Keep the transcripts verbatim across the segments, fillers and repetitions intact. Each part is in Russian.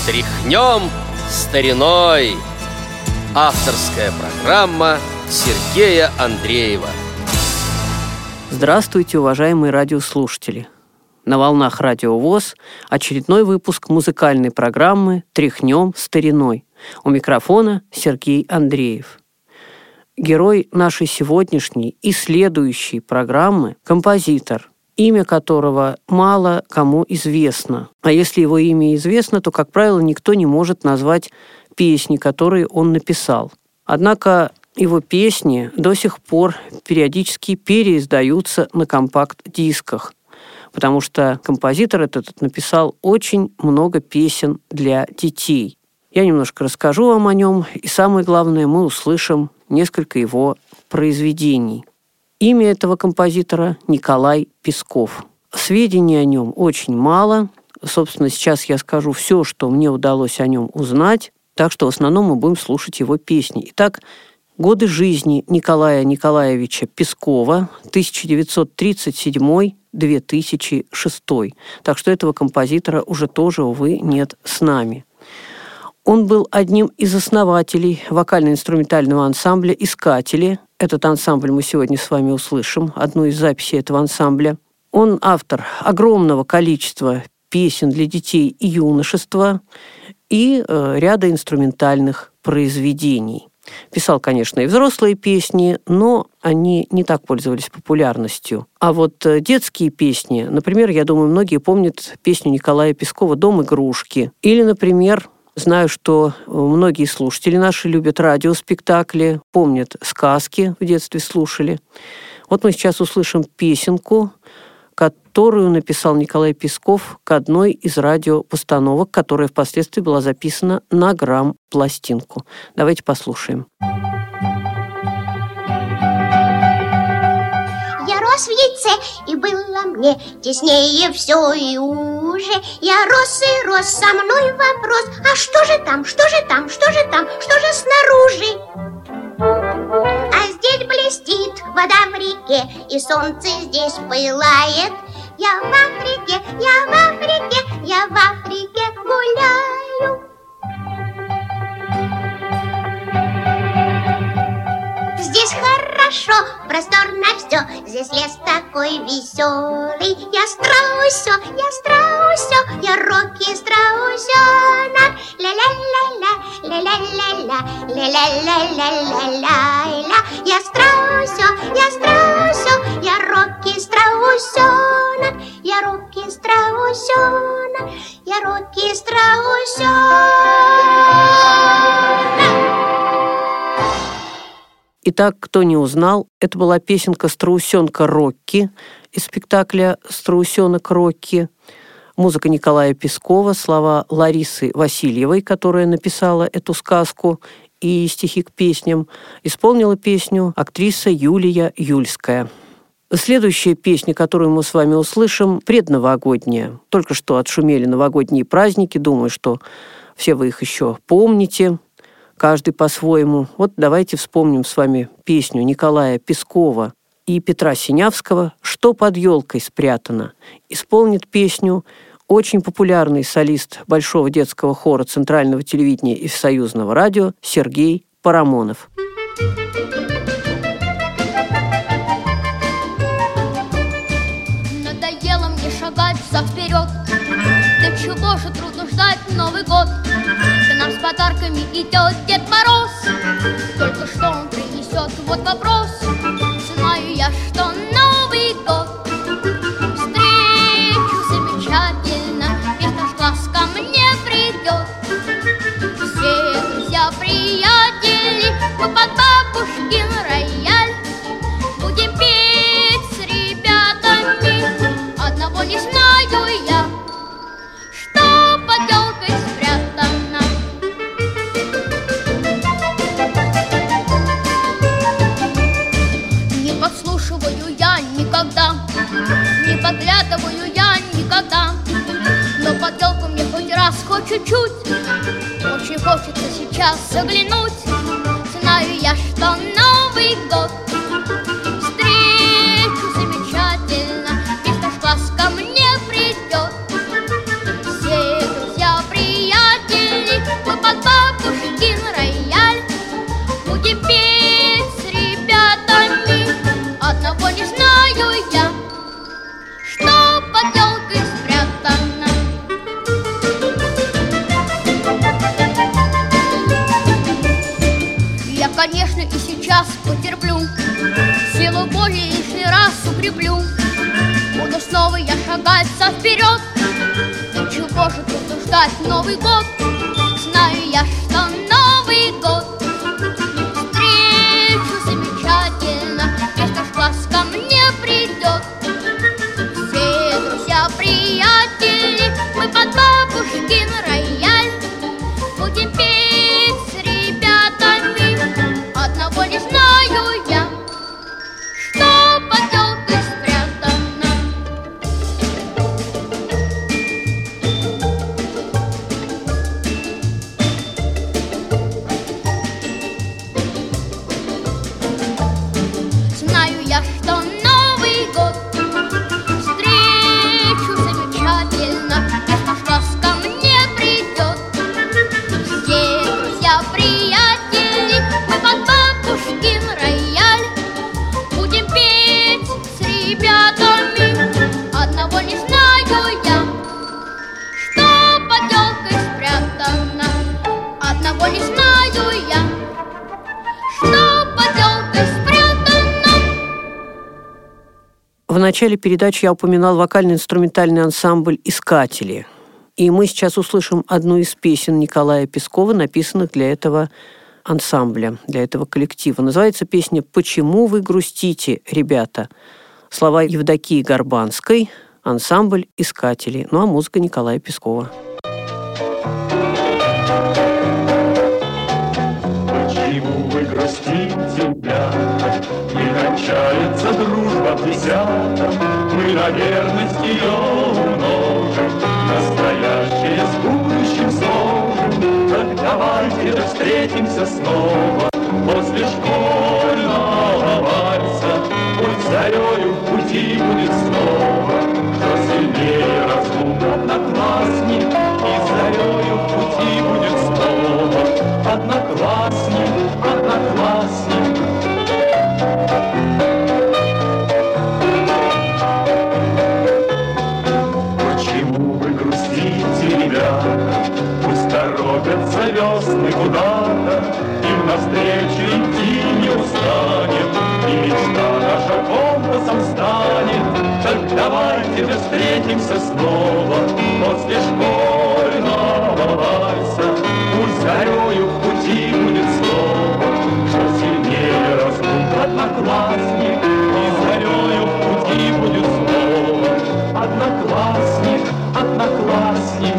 Тряхнем стариной. Авторская программа Сергея Андреева. Здравствуйте, уважаемые радиослушатели! На волнах Радио ВОС очередной выпуск музыкальной программы «Тряхнем стариной». У микрофона Сергей Андреев. Герой нашей сегодняшней и следующей программы – композитор, имя которого мало кому известно. А если его имя известно, то, как правило, никто не может назвать песни, которые он написал. Однако его песни до сих пор периодически переиздаются на компакт-дисках, потому что композитор этот написал очень много песен для детей. Я немножко расскажу вам о нем, и самое главное, мы услышим несколько его произведений. Имя этого композитора – Николай Песков. Сведений о нем очень мало. Собственно, сейчас я скажу все, что мне удалось о нем узнать, так что в основном мы будем слушать его песни. Итак, годы жизни Николая Николаевича Пескова тысяча девятьсот тридцать седьмой — две тысячи шестой. Так что этого композитора уже тоже, увы, нет с нами. Он был одним из основателей вокально-инструментального ансамбля «Искатели». Этот ансамбль мы сегодня с вами услышим, одну из записей этого ансамбля. Он автор огромного количества песен для детей и юношества и э, ряда инструментальных произведений. Писал, конечно, и взрослые песни, но они не так пользовались популярностью. А вот детские песни, например, я думаю, многие помнят песню Николая Пескова «Дом игрушки». Или, например, знаю, что многие слушатели наши любят радиоспектакли, помнят сказки, в детстве слушали. Вот мы сейчас услышим песенку, которую написал Николай Песков к одной из радиопостановок, которая впоследствии была записана на грамм-пластинку. Давайте послушаем. Я рос в яйце, и было мне теснее все и уже. Я рос и рос, со мной вопрос: а что же там, что же там, что же там, что же снаружи? А здесь блестит вода в реке, и солнце здесь пылает. Я в Африке, я в Африке, я в Африке гуляю. Здесь хорошо, просторно все, здесь лес такой веселый. Я страусё, я страусё, я Рокки страусёнок. Ля-ля-ля-ля, ля-ля-ля-ля, ля-ля-ля-ля-ля-ля-ля. Я страусё, я страусё, я Рокки страусёнок. Я Рокки страусёнок, я Рокки страусёнок. Итак, кто не узнал, это была песенка «Страусенка Рокки» из спектакля «Страусенок Рокки». Музыка Николая Пескова, слова Ларисы Васильевой, которая написала эту сказку и стихи к песням. Исполнила песню актриса Юлия Юльская. Следующая песня, которую мы с вами услышим, предновогодняя. Только что отшумели новогодние праздники. Думаю, что все вы их еще помните. Каждый по-своему. Вот давайте вспомним с вами песню Николая Пескова и Петра Синявского «Что под елкой спрятано». Исполнит песню очень популярный солист Большого детского хора Центрального телевидения и Всесоюзного радио Сергей Парамонов. Надоело мне шагать взад-вперед. До чего же трудно ждать Новый год? К нам с подарками идет Дед Мороз. Только что он принесет, вот вопрос. Знаю я, что Новый год встречу замечательно, весь наш класс ко мне придет. Все друзья, приятели, мы под бабушкин рояль будем петь с ребятами. Одного не знаю я, что под елкой спрятано. Не подслушиваю я никогда, не подглядываю я никогда, но под елку мне хоть раз, хоть чуть-чуть очень хочется сейчас заглянуть. Знаю я, что Новый год встречу замечательно, весь наш класс ко мне придет. Все друзья, приятели, под елкой спрятано. Я, конечно, и сейчас потерплю, силу Божью лишний раз укреплю. Буду снова я шагать вперед, и чего же тут ждать Новый год? Знаю я, что Новый год встречу замечательно, если ж класс ко мне придет. Все друзья, приятели, мы под бабушкин рояль будем петь с ребятами. Одного не знаю я, что под елкой спрятано. Знаю я, что Новый год встречу замечательно, если ж вас ко мне придет. Все друзья, приятели, мы под бабушкин рояль будем петь с ребятами. Одного не знаю я, что под елкой спрятано. Одного не знаю я, что под елкой спрятано. В начале передачи я упоминал вокально-инструментальный ансамбль «Искатели». И мы сейчас услышим одну из песен Николая Пескова, написанных для этого ансамбля, для этого коллектива. Называется песня «Почему вы грустите, ребята?». Слова Евдокии Горбанской, ансамбль «Искатели». Ну а музыка Николая Пескова. Почему вы грустите, ребята? Не кончается дружба в десятом. Мы на верность ее умножим, настоящее с будущим сложим. Так давайте же встретимся снова после школьного вальса. Пусть зарею в пути будет снова, что сильнее разлук одноклассник. И зарею в пути будет снова одноклассник, одноклассник. Почему вы грустите, ребята? Пусть торопятся весны куда-то, им навстречу идти не устанет, и мечта наша компасом станет. Так давайте же встретимся снова после школьного вальса. Пусть зарею в пути будет снова, что сильнее разлук одноклассник. И зарею в пути будет снова одноклассник, одноклассник.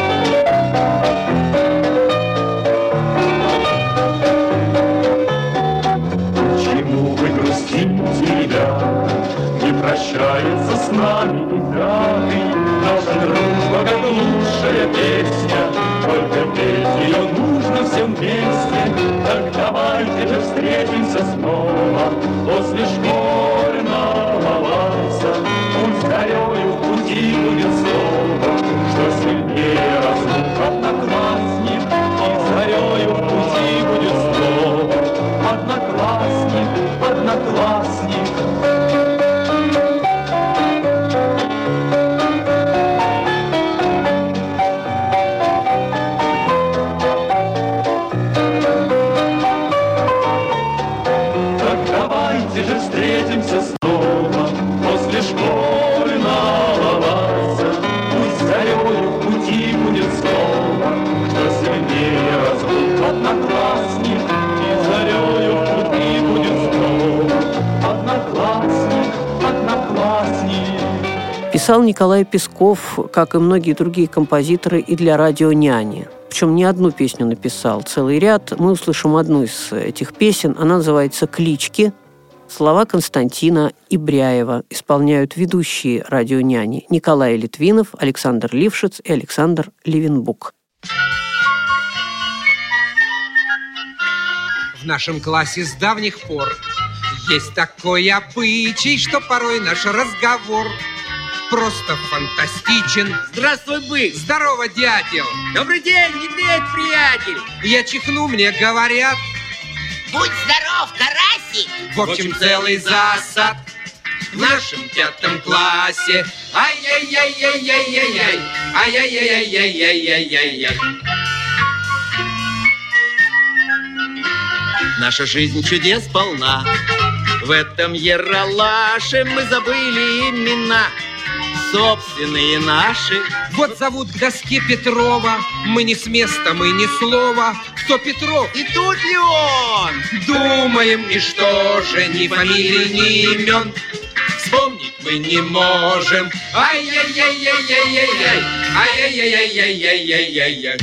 Почему вы грустите, ребята? Не прощается с нами и даты. Наша дружба как лучшая песня, только петь ее нужно всем вместе. Так давайте же встретимся снова после школьного вальса. Пусть зарею в пути будет снова, что сильнее разлук одноклассник. И зарею в пути будет снова одноклассник, одноклассник. Встретимся снова после школьного вальса. Пусть зарею в пути будет снова, что сильнее разлук одноклассник. И зарею в пути будет снова одноклассник, одноклассник. Писал Николай Песков, как и многие другие композиторы, и для радио «Няни». Причем не одну песню написал, целый ряд. Мы услышим одну из этих песен. Она называется «Клички». Слова Константина Ибряева исполняют ведущие радионяни Николай Литвинов, Александр Лившиц и Александр Левенбук. В нашем классе с давних пор есть такой обычай, что порой наш разговор просто фантастичен. Здравствуй, бык! Здорово, дятел! Добрый день, медведь, приятель! Я чихну, мне говорят. Будь здоров, карасик! В общем, целый засад в нашем пятом классе. Ай-яй-яй! Ай-яй-яй-яй-яй-яй-яй, ай-яй-яй-яй-яй-яй-яй-яй. Наша жизнь чудес полна. В этом ералаше мы забыли имена собственные наши. Вот зовут к доске Петрова. Мы не с места, мы ни слова. Кто Петров? И тут ли он? Думаем, и что же, ни фамилий, ни имен вспомнить мы не можем. Ай-яй-яй-яй-яй-яй-яй, ай-яй-яй-яй-яй-яй-яй.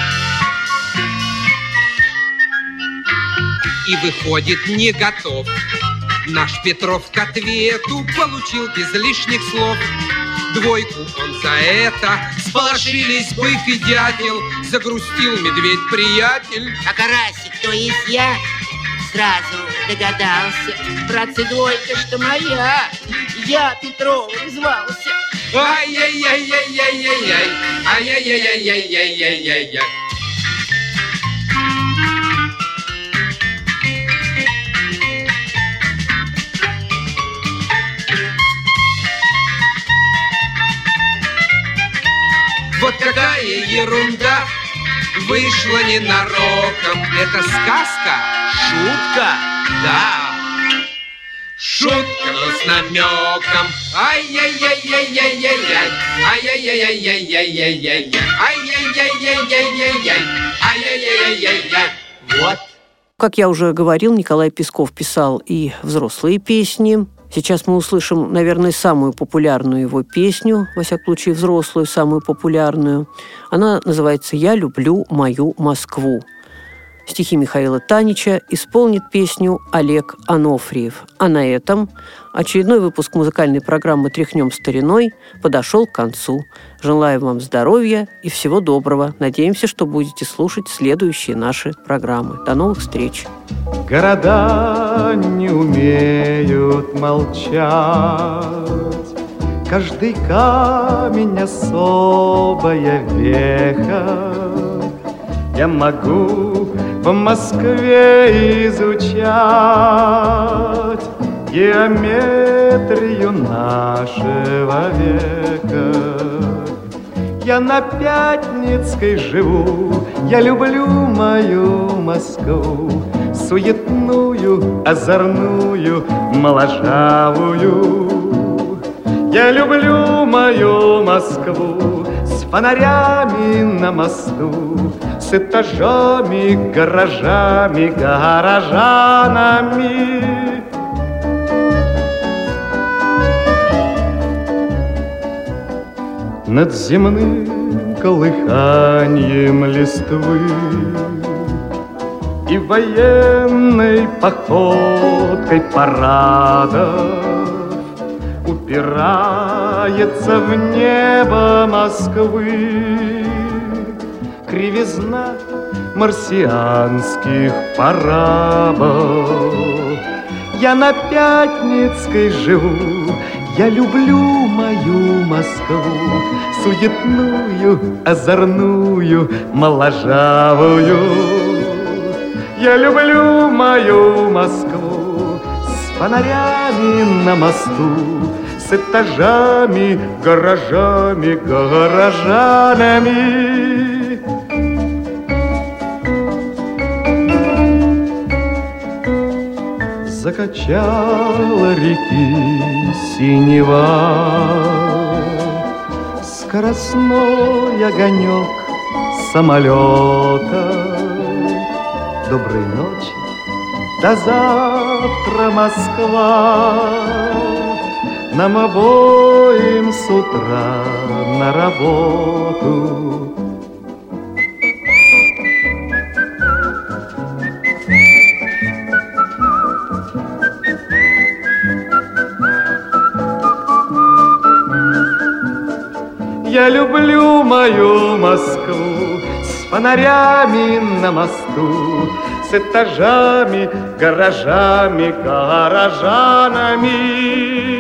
И выходит, не готов наш Петров к ответу, получил без лишних слов двойку он за это. Сполошились бык и дятел, загрустил медведь-приятель. А карасик, то есть я, сразу догадался. Братцы, двойка, что моя, я Петров звался. Ай-яй-яй-яй-яй-яй-яй, ай-яй-яй-яй-яй-яй-яй-яй. Вот какая ерунда вышла ненароком. Это сказка? Шутка? Да. Шутка, но с намеком. Ай-яй-яй-яй-яй-яй-яй, ай-яй-яй-яй-яй-яй-яй-яй, ай-яй-яй-яй-яй-яй-яй, ай-яй-яй-яй-яй-яй. Вот. Как я уже говорил, Николай Песков писал и взрослые песни. Сейчас мы услышим, наверное, самую популярную его песню, во всяком случае, взрослую, самую популярную. Она называется «Я люблю мою Москву». Стихи Михаила Танича исполнит песню Олег Анофриев. А на этом очередной выпуск музыкальной программы «Тряхнем стариной» подошел к концу. Желаю вам здоровья и всего доброго. Надеемся, что будете слушать следующие наши программы. До новых встреч! Города не умеют молчать, каждый камень особая веха. Я могу в Москве изучать геометрию нашего века. Я на Пятницкой живу, я люблю мою Москву, суетную, озорную, моложавую. Я люблю мою Москву с фонарями на мосту, с этажами, гаражами, горожанами. Над земным колыханием листвы и военной походкой парадов упирается в небо Москвы кривизна марсианских парабов. Я на Пятницкой живу, я люблю мою Москву, суетную, озорную, моложавую. Я люблю мою Москву с фонарями на мосту, с этажами, гаражами, горожанами. Закачала реки синева скоростной огонек самолета. Доброй ночи, до завтра, Москва. Нам обоим с утра на работу. Я люблю мою Москву с фонарями на мосту, с этажами, гаражами, горожанами.